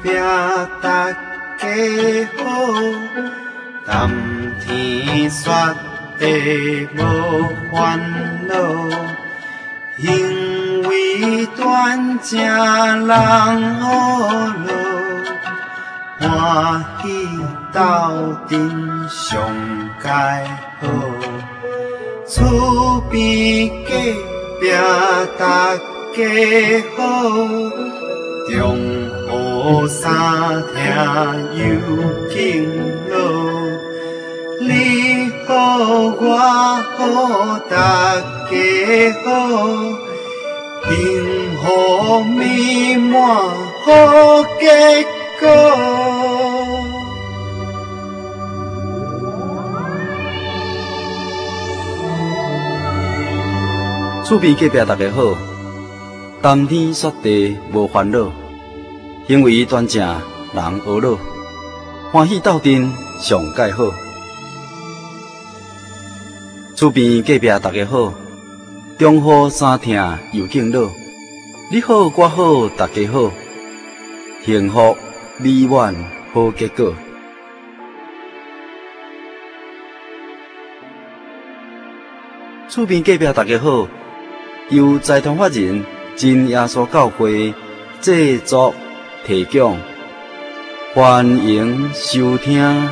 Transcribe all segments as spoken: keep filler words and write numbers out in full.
壁大家好，谈天说地无烦恼，因为断正人好路，欢喜斗阵上佳好，厝边隔壁大家好，中好三听又敬老，你好我好大家好，幸福美满好结果。 厝边隔壁大家好，谈天说地无烦恼，行为端正人和乐，欢喜斗阵上介好。厝边隔壁大家好，中好三听又敬老，你好我好大家好，幸福美满好结果。厝边隔壁大家好，由财团法人真耶稣教会制作提供，欢迎收听。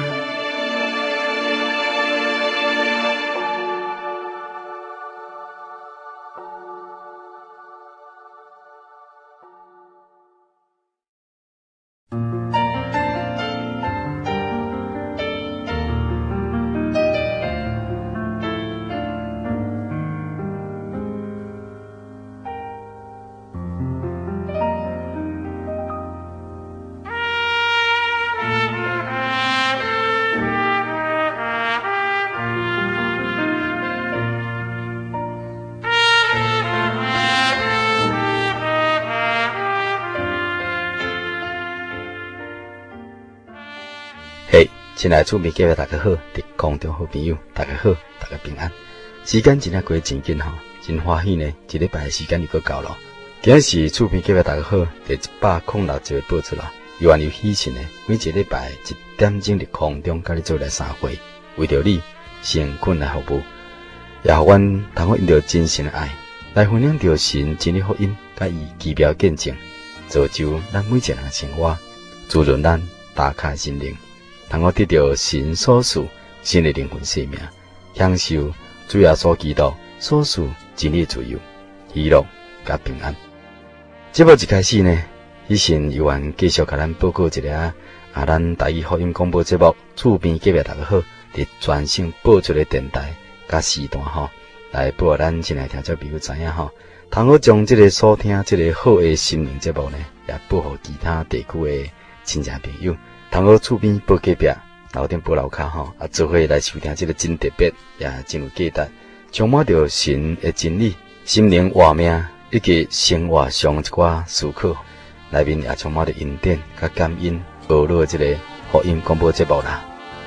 嘿，亲爱的厝边隔壁大家好，伫空中好朋友大家好，大家平安。时间真啊过真紧吼，真欢喜呢，一礼拜的时间又过到了。今日是厝边隔壁大家好第一百零六集播出啦。由原有喜讯呢，每一个礼拜一点钟伫空中甲你做来三回，为着你诚恳来服务，也互阮通好因着真神的爱来分享着神真理福音，甲伊奇妙见证，造就咱每一个人的生活，滋润咱打开心灵。通好得到神所赐新的灵魂生命，享受主耶稣基督所赐真理自由、喜乐甲平安。节目一开始呢，以前由愿继续甲咱报告一个啊，咱台语福音广播节目厝边隔壁大家好，伫全省播出的电台甲时段吼，来报互咱亲爱听众朋友知影吼，通好将这个所听这个好的心灵节目呢，也报互其他地区的亲戚朋友。通好厝边报隔壁，楼顶报楼骹吼，啊，做伙来收听这个真特别，也真有价值，充满着神的真理、心灵活命以及生活上一寡思考，内面也充满着恩典、甲感恩、娱乐这个福音广播节目啦。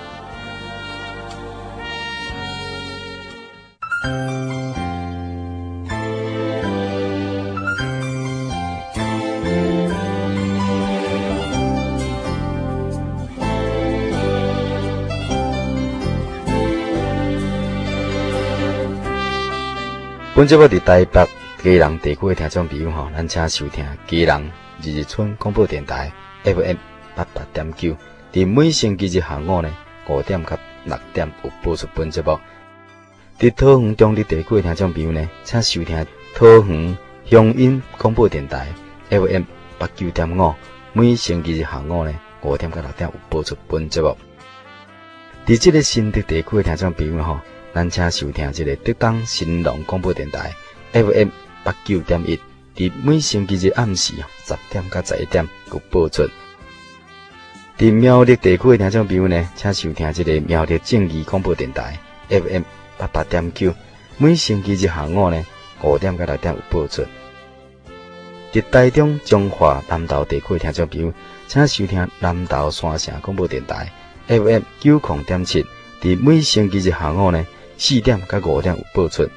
本节目伫台北基隆地区的听众朋友吼，咱请收听基隆日日村广播电台 F M 八八点九，伫每星期日下午呢五点到六点有播出本节目。伫桃园中立地区的听众朋友呢，请收听桃园乡音广播电台 F M 八九点五，每星期日下午呢五点到六点有播出本节目。伫这个新竹地区的听众朋友吼，咱请收听这个德东新隆广播电台 F M 八九点一，伫每星期日暗时十点到十一点有播出。伫苗栗地区的听众朋友呢，请收听这个苗栗正义广播电台 F M 八八点九，每星期日下午呢五点到六点有播出。伫台中彰化南投地区的听众朋友，请收听南投山城广播电台 F M 九零点七，伫每星期日下午呢四点到五点有播出。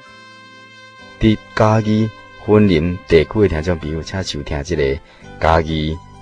伫嘉义云林地区的听众朋友，请收听这个嘉义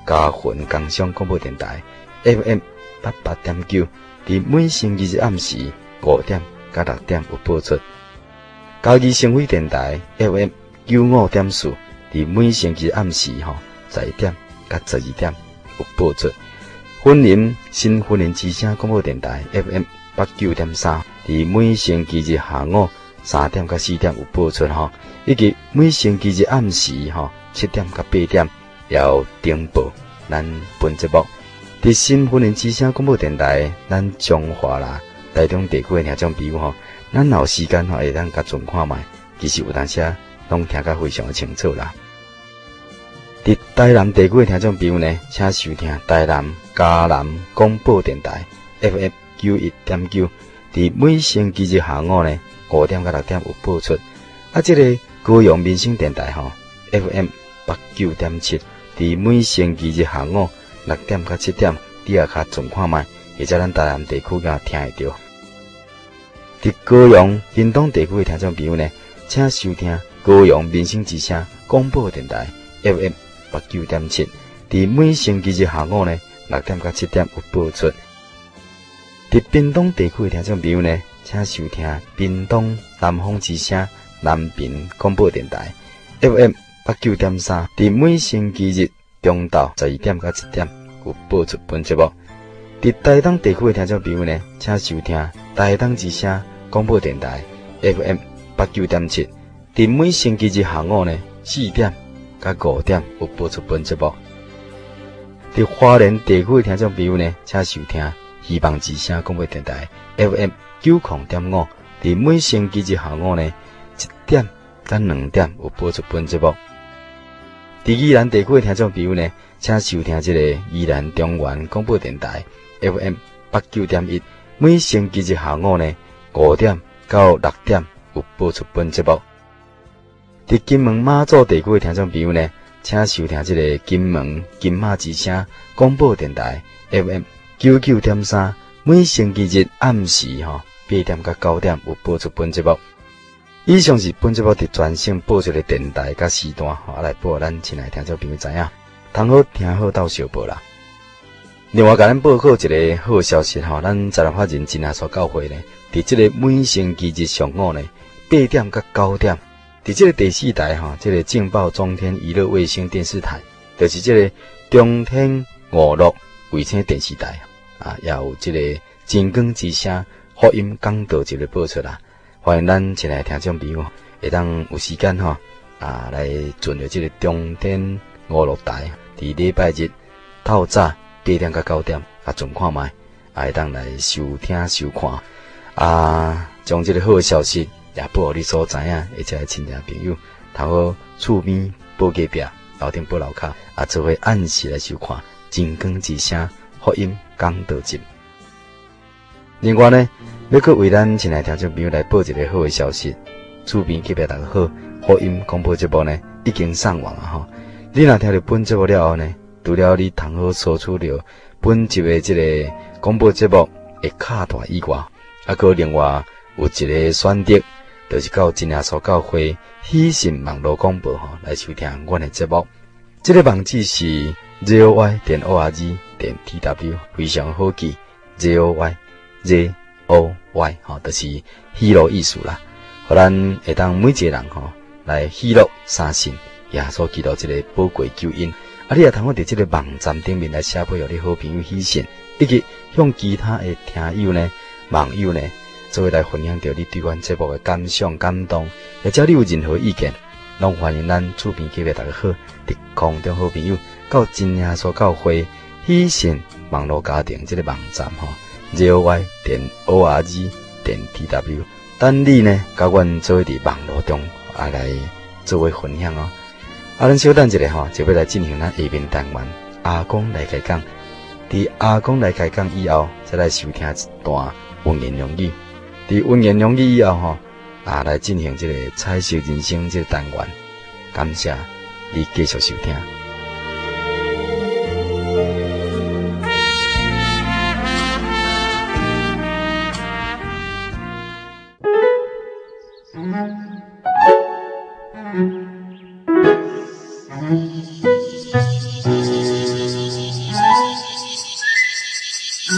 嘉云工商广播电台 F M 八八点九，伫每星期日暗时五点甲六点有播出。嘉义省会电台 F M 九五点四，伫每星期日暗时吼十一点甲十二点有播出。婚林新婚林之声广播电台 F M 八九点三，伫每星期日下午三点甲四点有播出吼，以及每星期日暗时吼七点甲八点也有登播咱本节目。伫新婚林之声广播电台，咱中华啦台中地区的听众朋友吼，咱有时间吼会当甲准看卖，其实有当时啊拢听甲非常的清楚啦。伫台南地区的听众朋友呢，请收听台南嘉南广播电台 F M 九一点九，伫每星期日下午呢五点到六点有播出。啊，这个高雄民生电台吼 F M 八九点七，伫每星期日下午六点到七点，你也较准看卖，或者咱台南地区也听会到。伫高雄屏东地区的听众朋友呢，请收听高雄民生之声广播电台 F M 八九点七，伫每星期日下午呢六点到七点有播出。伫屏东地区的听众朋友呢，请收听屏东南方之声南屏广播电台 F M 八九点三，伫每星期日中昼十二点到一点有播出本节目。伫台东地区的听众朋友呢，请收听台东之声广播电台 F M 八九点七，伫每星期日下午呢四点到五点有播出本节目。伫花莲地区的听众朋友呢，请收听希望之声广播电台 F M 九零点五，伫每星期日下午呢一点到两点有播出本节目。伫宜兰地区的听众朋友呢，请收听这个宜兰中原广播电台 F M 八九点一，每星期日下午呢五点到六点有播出本节目。伫金门马祖地区的听众朋友呢，请收听这个金门金马之声广播电台 F M 九九点三，每星期日暗时吼八点到九点有播出本节目。以上是本节目伫全省播出的电台甲时段，吼来报咱亲爱听众朋友知影，通好听好到小报啦。另外，甲咱报告一个好消息吼，咱十六法人真耶稣教会呢，伫这个每星期日上午呢八点到九点，伫这个第四台吼，这个劲爆中天娱乐卫星电视台，就是这个中天五六卫星电视台啊，也有这个真光之声福音讲道节的播出啦。欢迎咱亲爱听众朋友会当有时间吼啊来转到这个中天五六台，伫礼拜日透早八点到九点啊准看卖，啊会当来收听收看啊，将这个好消息也报互你所知影，而且亲戚朋友，通好厝边报隔壁，楼顶报楼骹，啊做伙按时来收看真光之声福音讲道节。另外呢，要搁为咱亲爱听众朋友来报一个好的消息，厝边隔壁大家好，福音广播节目呢已经上网啊吼。你若听到本节目了后呢，除了你通好索取到本集的这个广播节目的卡带以外，啊，搁另外有一个选择，就是到真耶稣教会喜信网络广播吼来收听阮的节目。这个网址是 z o y 点 o r g 点 t w， 非常好记 z o y z o y 吼，就是喜乐意思啦。互咱会当每一个人吼来喜乐相信耶稣基督这个宝贵救恩。啊，你也通好伫这个网站顶面来写配互你好朋友喜信，以及向其他的听友呢、网友呢，做伙来分享到你对阮节目的感想、感动，或者你有任何意见，拢欢迎咱厝边隔壁大家好，伫空中好朋友到真耶稣教会喜信网络家庭这个网站吼 z o y 点 o r g 点 t w， 等你呢，甲阮做伙伫网络中啊来做伙分享哦。啊，咱稍等一下吼，就要来进行咱下面单元阿公来开讲。伫阿公来开讲以后，再来收听一段文言良语。伫文言良语以后吼，啊来进行这个彩色人生这个单元。感谢你继续收听。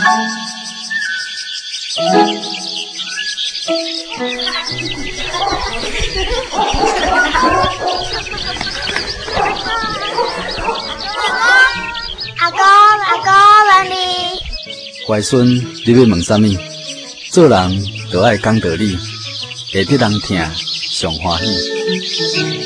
阿公，阿公，来你。 乖孙，你要问啥物？做人就爱讲道理，会得人听，上欢喜。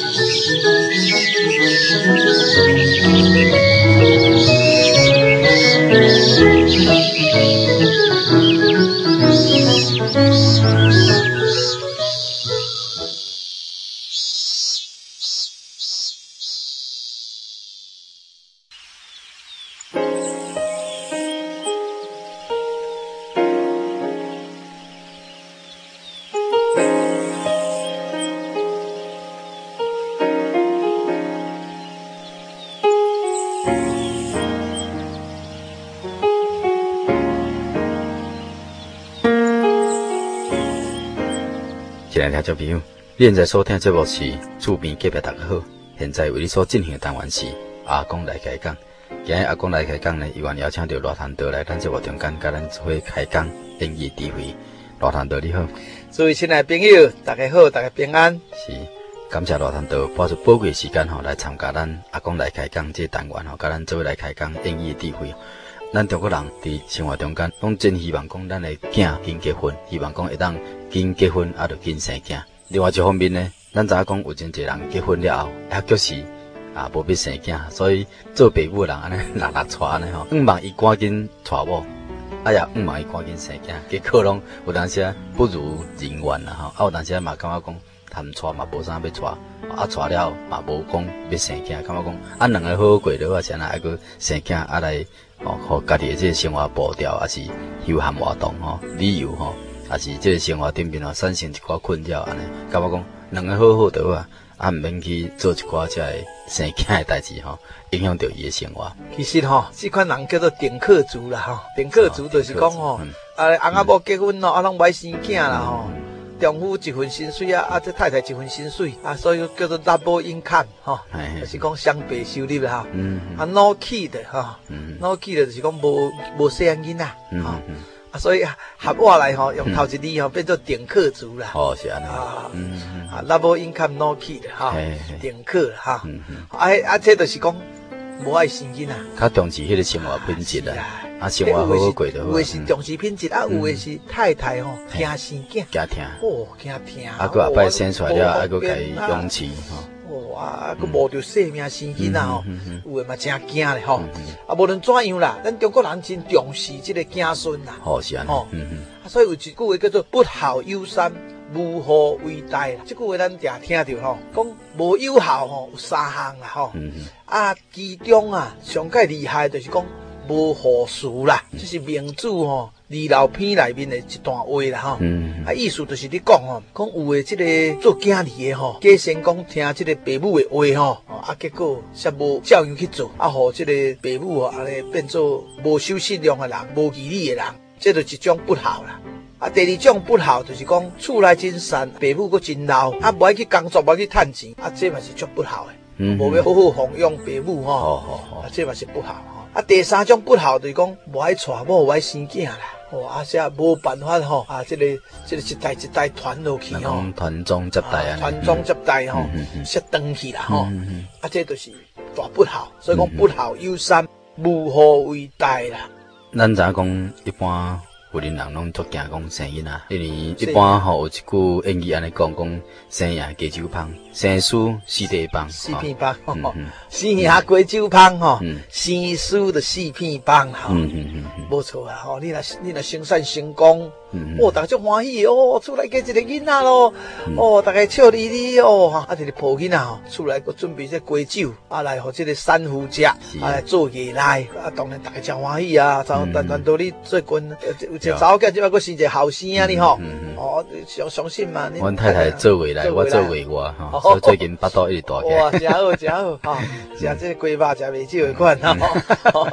亲爱的听众朋友，你现在收听节目是厝边隔壁大家好。现在为你所进行的单元是阿公来开讲。今日阿公来开讲呢，伊愿邀请到罗坛道来咱节目中间，甲咱做伙开讲演义智慧。罗坛道你好， 诸位亲爱的朋友，大家好，大家平安。 是感谢罗坛道花出宝贵时间吼来参加咱阿公来开讲这单元吼，甲咱做伙来开讲演义智慧。咱中国人伫生活中间，拢真希望讲咱的囝紧结婚，希望讲会当紧结婚，啊，就紧生囝。另外一方面呢，咱知影讲有真侪人结婚了后，还就是啊无必生囝，所以做爸母的人安尼六六娶安尼吼，毋望伊赶紧娶某，啊也毋望伊赶紧生囝，结果拢有当时不如人愿啦吼，啊有当时嘛感觉讲谈娶嘛无啥要娶，啊娶了嘛无讲要生囝，感觉讲啊两个好好过落啊，先来还佫生囝啊来。哦，互家己的这个生活步调，也是休闲活动吼，旅游吼，也是这个生活顶面哦，产生一寡困扰安尼。感觉讲两个好好得啊，啊毋免去做一寡这个生囝的代志吼，影响到伊的生活。 其实吼，这款人叫做顶客族啦吼，顶客族就是讲吼，啊翁仔某结婚咯，啊拢不爱生囝啦吼。丈夫一份薪水啊，啊这太太一份薪水啊，所以叫做 double income 吼，就是讲双倍收入啦吼。啊 no kid 吼 ，no kid 就是讲无无细汉囡仔吼，啊所以合话来吼，用头一字吼变做顶客族啦。 哦，是安尼。 啊，啊 double income no kid 哈，顶客哈，啊啊这就是讲无爱生囡仔， 较重视迄个生活品质啦。啊，生活好好过就好。 有的是重视品质，啊，有的是太太吼惊生囝， 惊听， 哦，惊听， 啊，佮后摆生出来了，啊，佮家养饲吼， 哦，啊，佮无着性命生囡仔吼，有的嘛真惊咧吼，啊，无论怎样啦，咱中国人真重视这个子孙啦， 好是安尼，嗯嗯， 啊，所以有一句话叫做不好有三，无好为大啦，这句话咱常听到吼，讲无有效吼有三项啦吼，啊，其中啊上介厉害就是讲。无好事啦，这是明子吼二老篇内面的一段话啦吼。嗯、啊，意思就是你讲吼，讲有的这个做囝儿的吼，假先讲听这个爸母的话吼，啊，结果煞无照样去做，啊，互这个爸母吼安尼变做无守信用的人，无义理的人，这就是一种不孝啦。啊，第二种不孝就是讲厝内真善，爸母佫真老，啊，无爱去工作，无爱去趁钱，啊，这嘛是种不孝的。嗯，无要好好奉养爸母吼，哦哦哦，啊，这嘛是不孝。啊，第三种不孝就是讲无爱娶某，无爱生囝啦，哦，啊，这无办法吼，啊，这个这个一代一代传落去吼， 传宗接代啊， 传宗接代吼，说长去啦吼，啊，这就是大不孝，所以讲不孝有三，无好为大啦。 咱知影讲一般有人人拢足惊讲生囡仔，因为一般吼有一句谚语安尼讲讲生爷加酒芳，生书四地帮， 四片帮，生爷加酒芳吼，生书的四片帮吼，无错啊吼，你若你若生产成功，哦，大家足欢喜哦，厝内加一个囡仔咯，哦，大家笑哩哩哦，啊，一个抱囡仔吼，厝内佫准备这鸡酒，啊来互这个三夫食，啊来做夜来，啊当然大家真欢喜啊，就单单到你最近。一查某囝即摆佫生一个后生啊，你吼，哦，相相信嘛。 阮太太做未来，我做未外吼，所以最近巴肚一直大起。 哇，真好真好，吼，食这个鸡肉食袂少的款吼。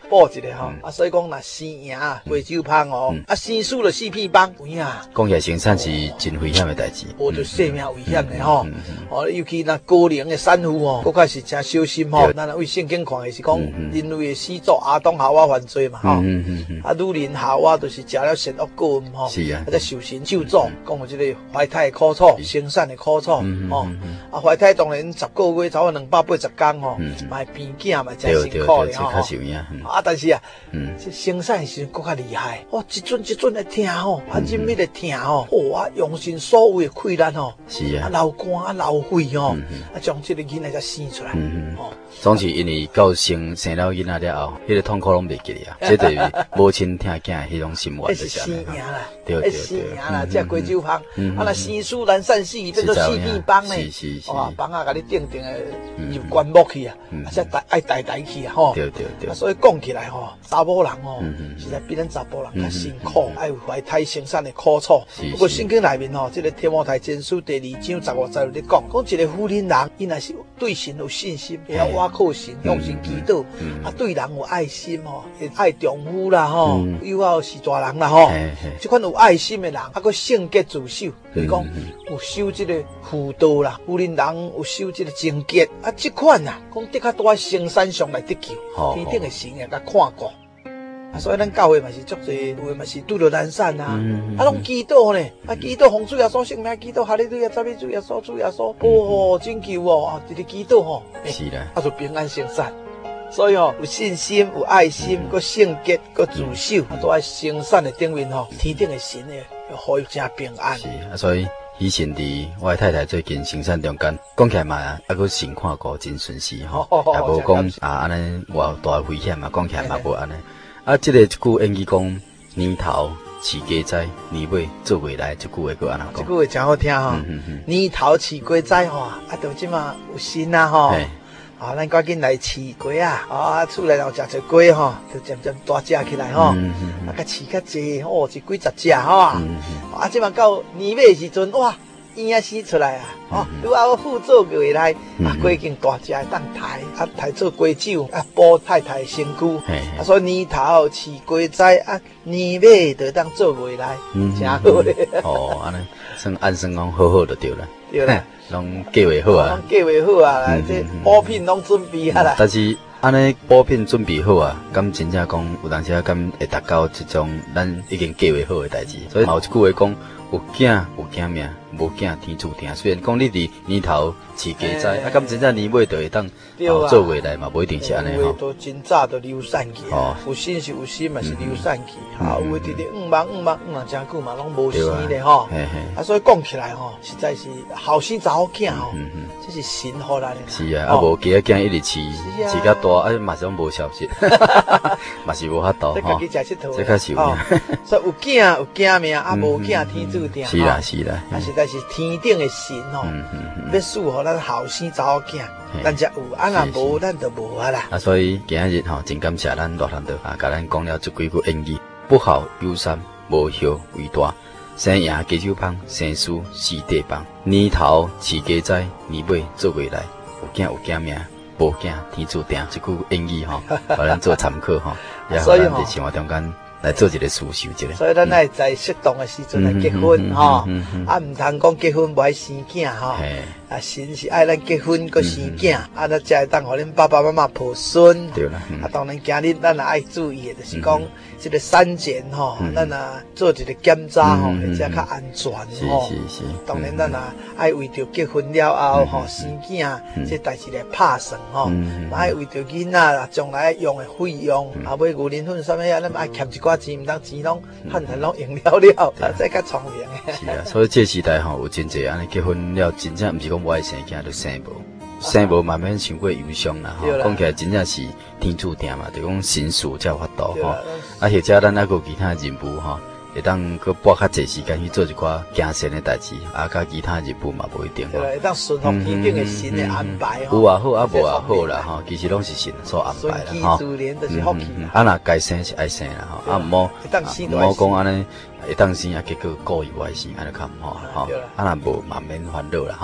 补一个吼，啊，所以讲若生赢啊，贵州芳哦，啊，生输了四片帮，有影。 讲起来生产是真危险的代志， 哦，就生命危险的吼，哦，尤其那高龄的产妇哦，更加是真小心吼。咱为圣经看的是讲，人类的始祖亚当夏娃犯罪嘛吼，啊，女人夏娃就是食了善恶果嘛吼， 是啊， 啊，才受神咒诅，讲有这个怀胎的苦楚、生产的苦楚吼，啊，怀胎当然十个月，差不多两百八十天吼，嘛会变囝嘛，真辛苦的吼。啊，但是啊，这生产时更加厉害，哦，一阵一阵的疼吼，啊，忍密的疼吼，哦，啊，用尽所有的困难吼， 是啊， 啊，流汗啊，流血吼，啊，将这个囡仔才生出来，哦， 总是因为到生生了囡仔了后，迄个痛苦拢袂记哩啊，这对于母亲疼囝迄种心愿就是生赢啦， 对对生赢啦，这贵州芳，啊，那生疏难散死，变做四片帮呢，哇，帮啊，甲你定定诶入棺木去啊，啊，才带爱带带去啊，吼， 对对对， 所以讲起来吼，查某人吼，实在比咱查甫人较辛苦，爱有怀胎生产的苦楚。不过圣经内面吼，这个提摩太前书第二章十五节有咧讲，讲一个妇人人，伊若是对神有信心，会晓倚靠神，用神祈祷，啊，对人有爱心吼，会爱丈夫啦吼，又要是大人啦吼，这款有爱心的人，啊，佮圣洁自守，就是讲有守这个妇道啦，妇人人有守这个贞洁，啊，这款啊，讲的确都在生产上来得救，天顶的神也甲看过。啊，所以咱教会嘛是足侪，有诶嘛是拄着难产啊，啊，拢祈祷呢，啊，祈祷奉主耶稣圣名，祈祷哈利路亚，赞美主耶稣，主耶稣，哦，真求哦，啊，直直祈祷吼， 是啦， 啊，就平安生产。所以吼，有信心、有爱心、佮圣洁、佮自守，啊，都爱生产的顶面吼，天顶的神诶，要互伊真平安。 是啊，所以以前伫我太太最近生产中间，讲起来嘛，啊，佮先看过真顺遂吼，也无讲啊安尼偌大危险嘛，讲起来嘛无安尼。啊，这个一句谚语讲，年头饲鸡仔，年尾做未来，这句话佮安怎讲？ 这句话真好听吼，年头饲鸡仔吼，啊，到即嘛有心啊吼。啊，咱赶紧来饲鸡啊！啊，厝内头食只鸡吼，就渐渐大只起来吼，啊，甲饲较济哦，一几十只吼，啊，即嘛到年尾时阵哇，婴仔生出来啊，哦，拄啊辅做过来，啊，鸡已经大只当抬，啊，抬做鸡酒，啊，保太太身躯，啊，所以年头饲鸡仔，啊，年尾就当做回来，真好咧。 哦，安尼算按算讲好好就对了。 对啦。 拢计划好啊， 计划好啊，这补品拢准备啊啦。 但是安尼补品准备好啊，咁真正讲有当时敢会达到这种咱已经计划好的代志。所以有一句话讲，有囝有囝命，无囝天注定。虽然讲你伫年头饲鸡仔，啊，咁真正年尾就会当做未来嘛，无一定是安尼吼。 都真早都流散去，有心是有心嘛，是流散去。啊，有诶直直五万五万五万真久嘛，拢无生咧吼。啊，所以讲起来吼，实在是后生查某囝吼，这是神予咱诶。 是啊，啊无其他囝一直饲，饲较大，啊嘛是拢无消息，嘛是无法度吼。 这家己食佚佗， 这较是有影。 所以有囝有囝命，啊无囝天注定。 是啦是啦， 啊实在是天顶诶神吼，要赐互咱后生查某囝。咱才有，啊若无咱就无啊啦。 啊，所以今日吼，真感谢咱大汉道啊，甲咱讲了这几句谚语：不好有三，无孝为大。生赢鸡酒芳，生输四地帮。年头饲鸡仔，年尾做未来。有囝有囝命，无囝天注定。这句谚语吼，互咱做参考吼，也互咱伫生活中间来做一个思想一个。 所以咱爱在适当的时阵来结婚吼，啊唔通讲结婚不爱生囝吼。啊，神是爱咱结婚个生囝，啊，咱才会当互恁爸爸妈妈抱孙。 对啦， 啊，当然今日咱也爱注意的，就是讲这个产检吼，咱啊做一个检查吼，会则较安全吼。 是是是。 当然咱也爱为着结婚了后吼生囝，这代志来拍算吼，爱为着囡仔将来用的费用，啊买牛奶粉啥物啊，咱爱欠一寡钱，毋当钱拢汉汉拢用了了，啊，再较聪明的。 是啊，所以这时代吼有真济安尼结婚了，真正毋是讲。我爱生囝就生无，生无慢慢想过忧伤啦吼。讲起来真正是天注定嘛，就讲神事才有法度吼。啊，或者咱还有其他任务吼，会当佮拨较济时间去做一寡行善的代志，啊，甲其他任务嘛无一定吼。 对，会当顺服天顶的神的安排吼。有也好，啊无也好啦吼，其实拢是神所安排啦吼。 顺其自然就是福气啦。 啊，若该生是爱生啦吼，啊毋好毋好讲安尼。会当生啊，结果故意外生，安尼较毋好吼。啊，若无嘛免烦恼啦吼。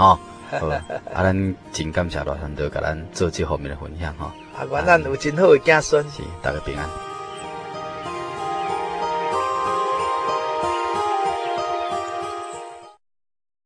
好，啊，咱真感谢罗传道甲咱做这方面的分享吼。 啊，愿咱有真好的子孙。 是，大家平安。